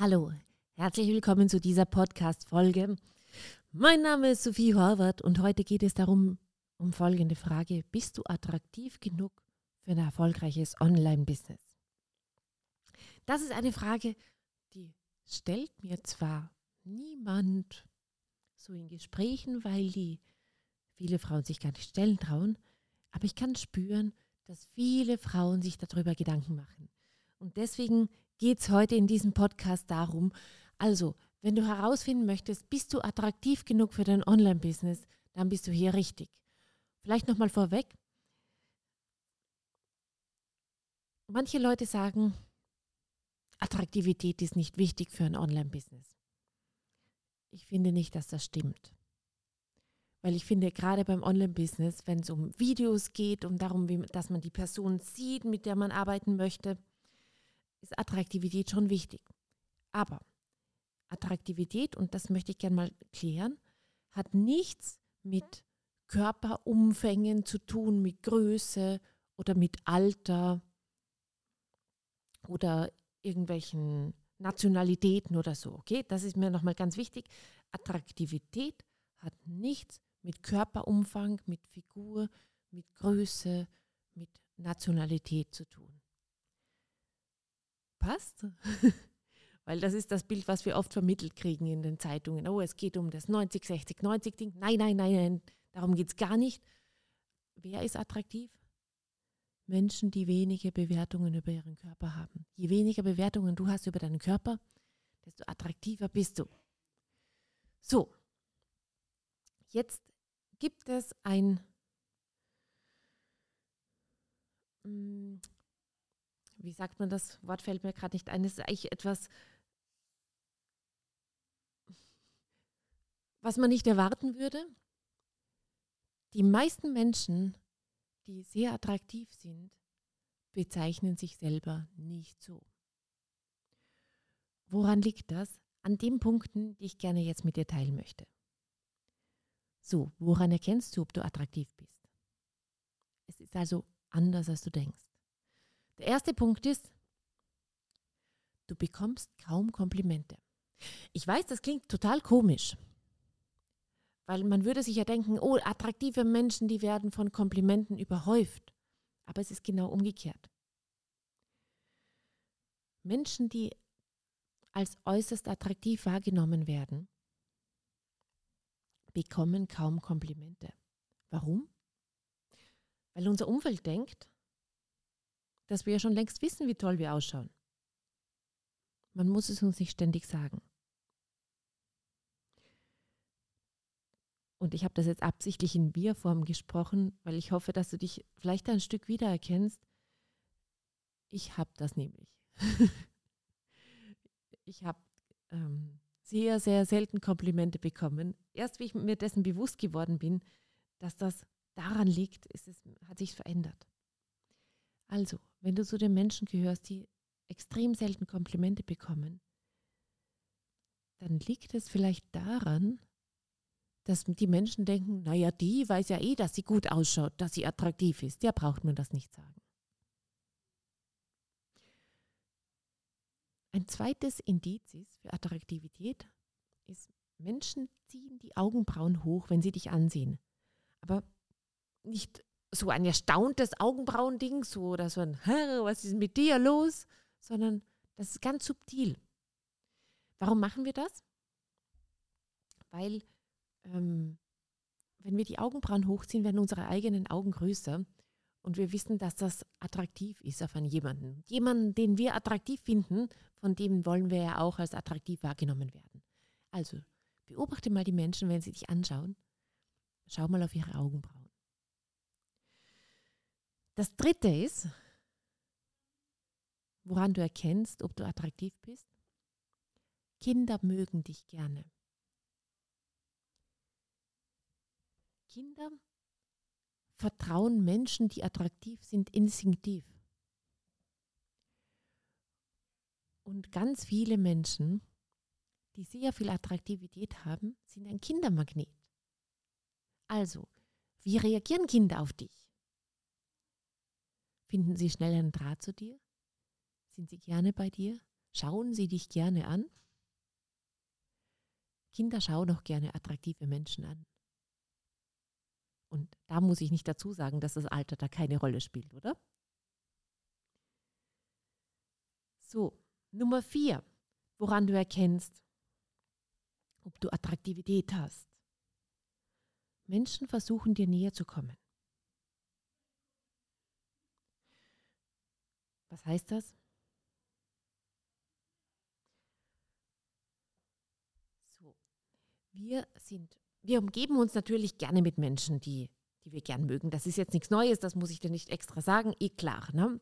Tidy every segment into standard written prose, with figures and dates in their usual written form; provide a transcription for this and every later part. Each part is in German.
Hallo, herzlich willkommen zu dieser Podcast-Folge. Mein Name ist Sophie Horvath und heute geht es darum, um folgende Frage: Bist du attraktiv genug für ein erfolgreiches Online-Business? Das ist eine Frage, die stellt mir zwar niemand so in Gesprächen, weil die viele Frauen sich gar nicht stellen trauen, aber ich kann spüren, dass viele Frauen sich darüber Gedanken machen. Und deswegen geht es heute in diesem Podcast darum, also wenn du herausfinden möchtest, bist du attraktiv genug für dein Online-Business, dann bist du hier richtig. Vielleicht nochmal vorweg. Manche Leute sagen, Attraktivität ist nicht wichtig für ein Online-Business. Ich finde nicht, dass das stimmt. Weil ich finde, gerade beim Online-Business, wenn es um Videos geht, um darum, dass man die Person sieht, mit der man arbeiten möchte, ist Attraktivität schon wichtig. Aber Attraktivität, und das möchte ich gerne mal klären, hat nichts mit Körperumfängen zu tun, mit Größe oder mit Alter oder irgendwelchen Nationalitäten oder so. Okay, das ist mir nochmal ganz wichtig. Attraktivität hat nichts mit Körperumfang, mit Figur, mit Größe, mit Nationalität zu tun. Passt? Weil das ist das Bild, was wir oft vermittelt kriegen in den Zeitungen. Oh, es geht um das 90-60-90-Ding. Nein, darum geht es gar nicht. Wer ist attraktiv? Menschen, die wenige Bewertungen über ihren Körper haben. Je weniger Bewertungen du hast über deinen Körper, desto attraktiver bist du. So, jetzt gibt es ein, wie sagt man das? Wort fällt mir gerade nicht ein. Es ist eigentlich etwas, was man nicht erwarten würde. Die meisten Menschen, die sehr attraktiv sind, bezeichnen sich selber nicht so. Woran liegt das? An den Punkten, die ich gerne jetzt mit dir teilen möchte. So, woran erkennst du, ob du attraktiv bist? Es ist also anders, als du denkst. Der erste Punkt ist, du bekommst kaum Komplimente. Ich weiß, das klingt total komisch, weil man würde sich ja denken, oh, attraktive Menschen, die werden von Komplimenten überhäuft. Aber es ist genau umgekehrt. Menschen, die als äußerst attraktiv wahrgenommen werden, bekommen kaum Komplimente. Warum? Weil unser Umfeld denkt, dass wir ja schon längst wissen, wie toll wir ausschauen. Man muss es uns nicht ständig sagen. Und ich habe das jetzt absichtlich in Wir-Form gesprochen, weil ich hoffe, dass du dich vielleicht ein Stück wiedererkennst. Ich habe das nämlich. Ich habe sehr, sehr selten Komplimente bekommen. Erst wie ich mir dessen bewusst geworden bin, dass das daran liegt, hat sich verändert. Also, wenn du zu den Menschen gehörst, die extrem selten Komplimente bekommen, dann liegt es vielleicht daran, dass die Menschen denken, naja, die weiß ja eh, dass sie gut ausschaut, dass sie attraktiv ist. Der braucht man das nicht sagen. Ein zweites Indiz für Attraktivität ist, Menschen ziehen die Augenbrauen hoch, wenn sie dich ansehen. Aber nicht so ein erstauntes Augenbrauending, so oder so ein, was ist mit dir los? Sondern das ist ganz subtil. Warum machen wir das? Weil wenn wir die Augenbrauen hochziehen, werden unsere eigenen Augen größer und wir wissen, dass das attraktiv ist auf einen jemanden. Jemanden, den wir attraktiv finden, von dem wollen wir ja auch als attraktiv wahrgenommen werden. Also beobachte mal die Menschen, wenn sie dich anschauen. Schau mal auf ihre Augenbrauen. Das dritte ist, woran du erkennst, ob du attraktiv bist. Kinder mögen dich gerne. Kinder vertrauen Menschen, die attraktiv sind, instinktiv. Und ganz viele Menschen, die sehr viel Attraktivität haben, sind ein Kindermagnet. Also, wie reagieren Kinder auf dich? Finden sie schnell einen Draht zu dir? Sind sie gerne bei dir? Schauen sie dich gerne an? Kinder schauen auch gerne attraktive Menschen an. Und da muss ich nicht dazu sagen, dass das Alter da keine Rolle spielt, oder? So, Nummer 4, woran du erkennst, ob du Attraktivität hast. Menschen versuchen dir näher zu kommen. Was heißt das? So, wir umgeben uns natürlich gerne mit Menschen, die wir gern mögen. Das ist jetzt nichts Neues, das muss ich dir nicht extra sagen, klar, ne?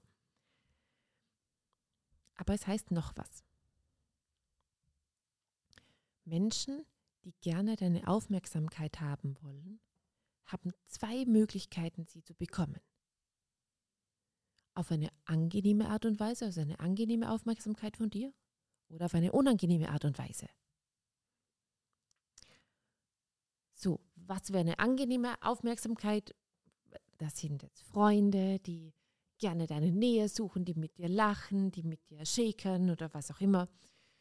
Aber es heißt noch was. Menschen, die gerne deine Aufmerksamkeit haben wollen, haben 2 Möglichkeiten, sie zu bekommen. Auf eine angenehme Art und Weise, also eine angenehme Aufmerksamkeit von dir, oder auf eine unangenehme Art und Weise. So, was wäre eine angenehme Aufmerksamkeit? Das sind jetzt Freunde, die gerne deine Nähe suchen, die mit dir lachen, die mit dir schäkern oder was auch immer.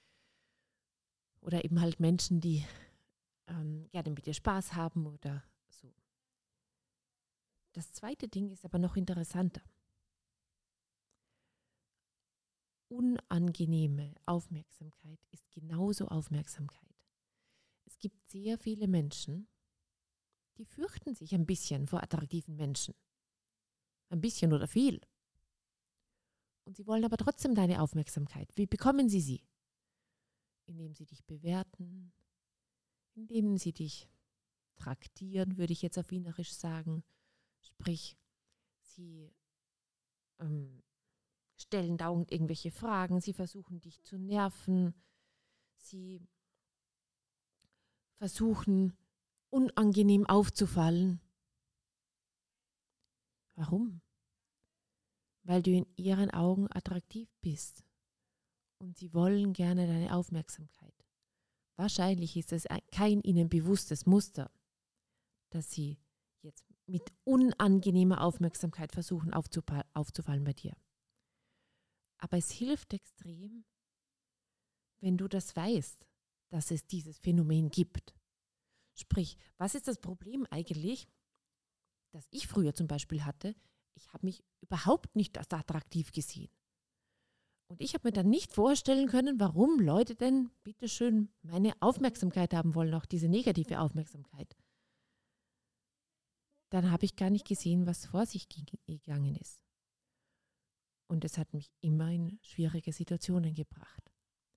Oder eben halt Menschen, die gerne mit dir Spaß haben oder so. Das zweite Ding ist aber noch interessanter. Unangenehme Aufmerksamkeit ist genauso Aufmerksamkeit. Es gibt sehr viele Menschen, die fürchten sich ein bisschen vor attraktiven Menschen. Ein bisschen oder viel. Und sie wollen aber trotzdem deine Aufmerksamkeit. Wie bekommen sie sie? Indem sie dich bewerten, indem sie dich traktieren, würde ich jetzt auf Wienerisch sagen. Sprich, sie stellen dauernd irgendwelche Fragen, sie versuchen dich zu nerven, sie versuchen unangenehm aufzufallen. Warum? Weil du in ihren Augen attraktiv bist und sie wollen gerne deine Aufmerksamkeit. Wahrscheinlich ist es kein ihnen bewusstes Muster, dass sie jetzt mit unangenehmer Aufmerksamkeit versuchen aufzufallen bei dir. Aber es hilft extrem, wenn du das weißt, dass es dieses Phänomen gibt. Sprich, was ist das Problem eigentlich, das ich früher zum Beispiel hatte? Ich habe mich überhaupt nicht als attraktiv gesehen. Und ich habe mir dann nicht vorstellen können, warum Leute denn bitteschön meine Aufmerksamkeit haben wollen, auch diese negative Aufmerksamkeit. Dann habe ich gar nicht gesehen, was vor sich gegangen ist. Und es hat mich immer in schwierige Situationen gebracht.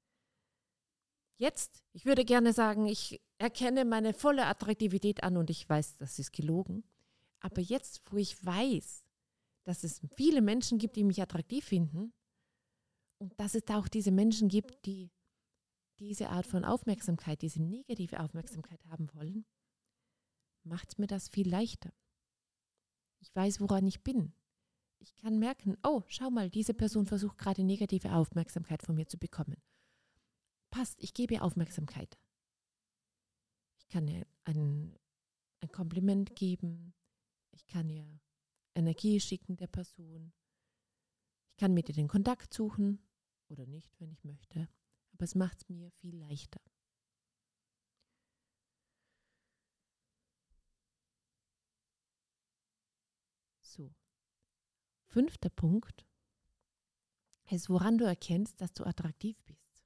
Jetzt, ich würde gerne sagen, ich erkenne meine volle Attraktivität an und ich weiß, das ist gelogen. Aber jetzt, wo ich weiß, dass es viele Menschen gibt, die mich attraktiv finden und dass es da auch diese Menschen gibt, die diese Art von Aufmerksamkeit, diese negative Aufmerksamkeit haben wollen, macht mir das viel leichter. Ich weiß, woran ich bin. Ich kann merken, oh, schau mal, diese Person versucht gerade negative Aufmerksamkeit von mir zu bekommen. Passt, ich gebe ihr Aufmerksamkeit. Ich kann ihr ein Kompliment geben. Ich kann ihr Energie schicken der Person. Ich kann mit ihr den Kontakt suchen oder nicht, wenn ich möchte. Aber es macht es mir viel leichter. So. 5. Punkt ist, woran du erkennst, dass du attraktiv bist.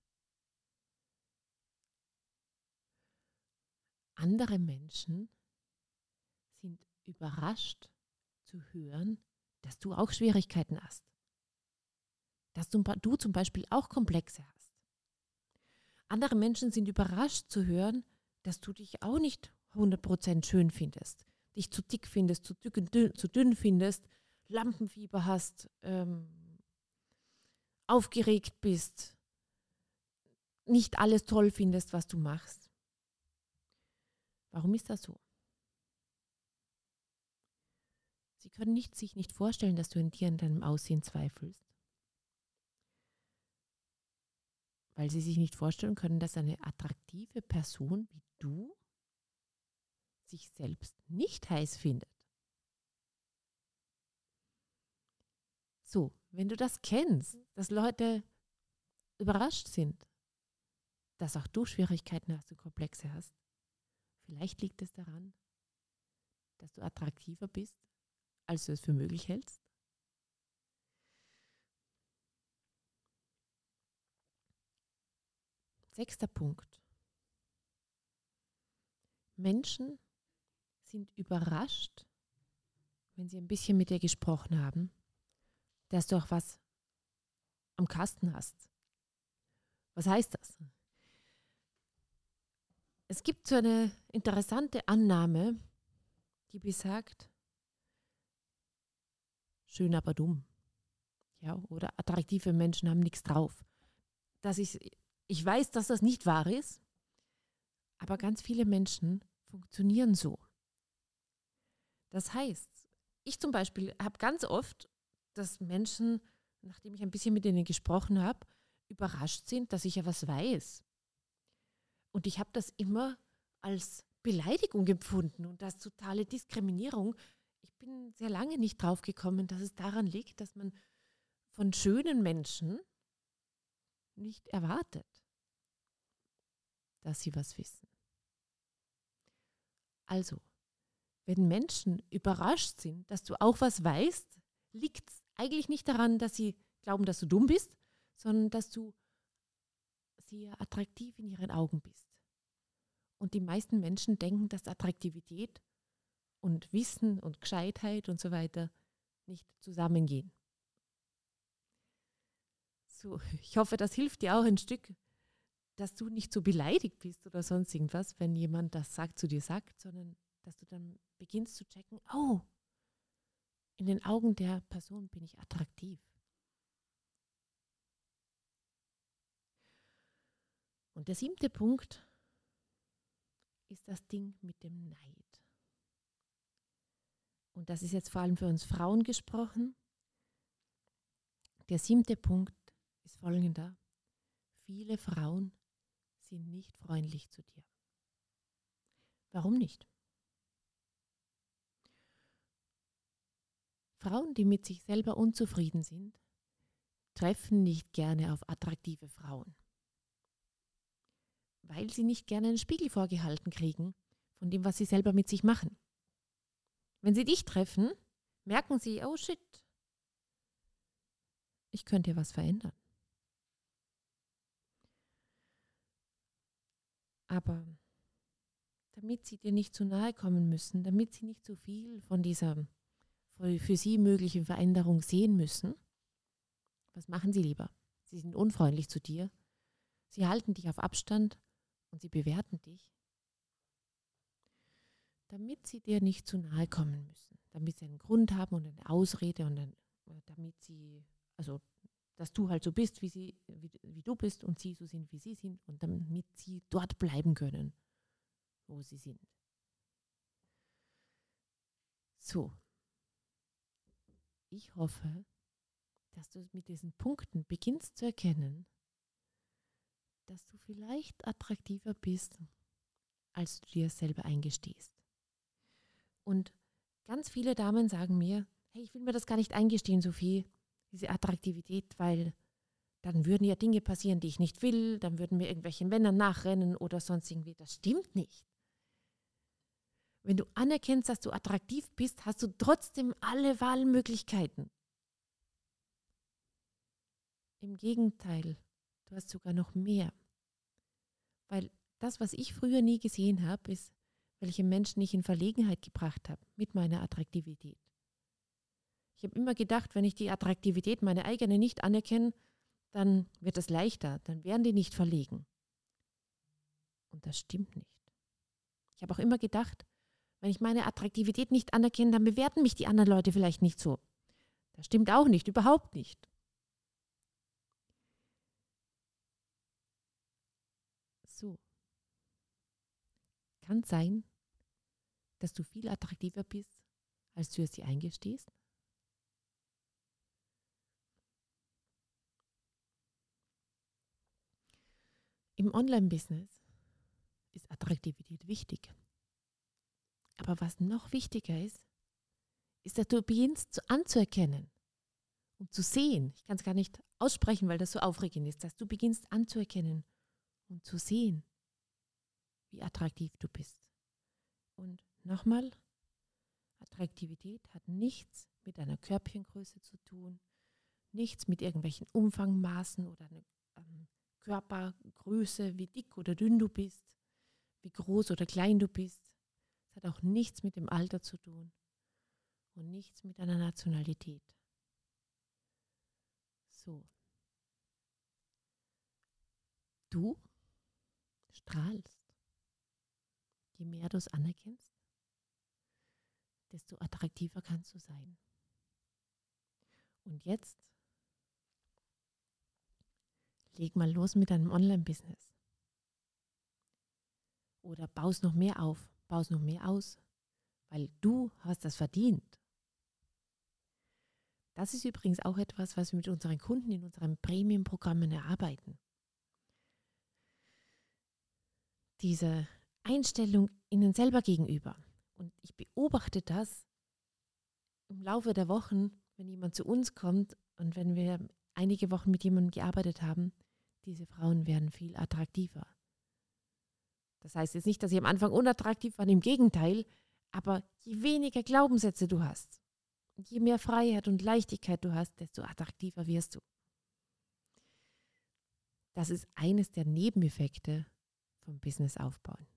Andere Menschen sind überrascht zu hören, dass du auch Schwierigkeiten hast. Dass du zum Beispiel auch Komplexe hast. Andere Menschen sind überrascht zu hören, dass du dich auch nicht 100% schön findest, dich zu dick findest, zu dünn findest, Lampenfieber hast, aufgeregt bist, nicht alles toll findest, was du machst. Warum ist das so? Sie können sich nicht vorstellen, dass du in dir in deinem Aussehen zweifelst. Weil sie sich nicht vorstellen können, dass eine attraktive Person wie du sich selbst nicht heiß findet. So, wenn du das kennst, dass Leute überrascht sind, dass auch du Schwierigkeiten hast und Komplexe hast. Vielleicht liegt es daran, dass du attraktiver bist, als du es für möglich hältst. Sechster Punkt. Menschen sind überrascht, wenn sie ein bisschen mit dir gesprochen haben, dass du auch was am Kasten hast. Was heißt das? Es gibt so eine interessante Annahme, die besagt, schön aber dumm. Ja, oder attraktive Menschen haben nichts drauf. Ich weiß, dass das nicht wahr ist, aber ganz viele Menschen funktionieren so. Das heißt, ich zum Beispiel habe ganz oft, dass Menschen, nachdem ich ein bisschen mit ihnen gesprochen habe, überrascht sind, dass ich ja was weiß. Und ich habe das immer als Beleidigung empfunden und als totale Diskriminierung. Ich bin sehr lange nicht drauf gekommen, dass es daran liegt, dass man von schönen Menschen nicht erwartet, dass sie was wissen. Also, wenn Menschen überrascht sind, dass du auch was weißt, liegt es eigentlich nicht daran, dass sie glauben, dass du dumm bist, sondern dass du sehr attraktiv in ihren Augen bist. Und die meisten Menschen denken, dass Attraktivität und Wissen und Gescheitheit und so weiter nicht zusammengehen. So, ich hoffe, das hilft dir auch ein Stück, dass du nicht so beleidigt bist oder sonst irgendwas, wenn jemand das zu dir sagt, sondern dass du dann beginnst zu checken, oh, in den Augen der Person bin ich attraktiv. Und der 7. Punkt ist das Ding mit dem Neid. Und das ist jetzt vor allem für uns Frauen gesprochen. Der 7. Punkt ist folgender. Viele Frauen sind nicht freundlich zu dir. Warum nicht? Frauen, die mit sich selber unzufrieden sind, treffen nicht gerne auf attraktive Frauen, weil sie nicht gerne einen Spiegel vorgehalten kriegen von dem, was sie selber mit sich machen. Wenn sie dich treffen, merken sie, oh shit, ich könnte ja was verändern. Aber damit sie dir nicht zu nahe kommen müssen, damit sie nicht so viel von dieser für sie möglichen Veränderung sehen müssen, was machen sie lieber? Sie sind unfreundlich zu dir, sie halten dich auf Abstand und sie bewerten dich, damit sie dir nicht zu nahe kommen müssen, damit sie einen Grund haben und eine Ausrede und dass du halt so bist, wie du bist und sie so sind, wie sie sind und damit sie dort bleiben können, wo sie sind. So, ich hoffe, dass du mit diesen Punkten beginnst zu erkennen, dass du vielleicht attraktiver bist, als du dir selber eingestehst. Und ganz viele Damen sagen mir, hey, ich will mir das gar nicht eingestehen, Sophie, diese Attraktivität, weil dann würden ja Dinge passieren, die ich nicht will, dann würden mir irgendwelche Männer nachrennen oder sonst irgendwie. Das stimmt nicht. Wenn du anerkennst, dass du attraktiv bist, hast du trotzdem alle Wahlmöglichkeiten. Im Gegenteil, du hast sogar noch mehr. Weil das, was ich früher nie gesehen habe, ist, welche Menschen ich in Verlegenheit gebracht habe mit meiner Attraktivität. Ich habe immer gedacht, wenn ich die Attraktivität, meine eigene, nicht anerkenne, dann wird es leichter, dann werden die nicht verlegen. Und das stimmt nicht. Ich habe auch immer gedacht, wenn ich meine Attraktivität nicht anerkenne, dann bewerten mich die anderen Leute vielleicht nicht so. Das stimmt auch nicht, überhaupt nicht. So. Kann sein, dass du viel attraktiver bist, als du es dir eingestehst? Im Online-Business ist Attraktivität wichtig. Aber was noch wichtiger ist, dass du beginnst anzuerkennen und zu sehen. Ich kann es gar nicht aussprechen, weil das so aufregend ist, dass du beginnst anzuerkennen und zu sehen, wie attraktiv du bist. Und nochmal, Attraktivität hat nichts mit einer Körbchengröße zu tun, nichts mit irgendwelchen Umfangmaßen oder einer Körpergröße, wie dick oder dünn du bist, wie groß oder klein du bist. Es hat auch nichts mit dem Alter zu tun und nichts mit einer Nationalität. So. Du strahlst. Je mehr du es anerkennst, desto attraktiver kannst du sein. Und jetzt leg mal los mit deinem Online-Business. Oder baust noch mehr auf, baust noch mehr aus, weil du hast das verdient. Das ist übrigens auch etwas, was wir mit unseren Kunden in unseren Premium-Programmen erarbeiten. Diese Einstellung ihnen selber gegenüber. Und ich beobachte das im Laufe der Wochen, wenn jemand zu uns kommt und wenn wir einige Wochen mit jemandem gearbeitet haben, diese Frauen werden viel attraktiver. Das heißt jetzt nicht, dass sie am Anfang unattraktiv waren, im Gegenteil, aber je weniger Glaubenssätze du hast, je mehr Freiheit und Leichtigkeit du hast, desto attraktiver wirst du. Das ist eines der Nebeneffekte vom Business aufbauen.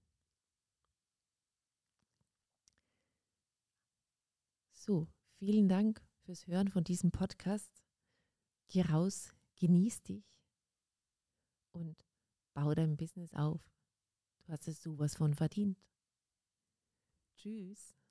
So, vielen Dank fürs Hören von diesem Podcast. Geh raus, genieß dich und bau dein Business auf. Du hast es sowas von verdient. Tschüss.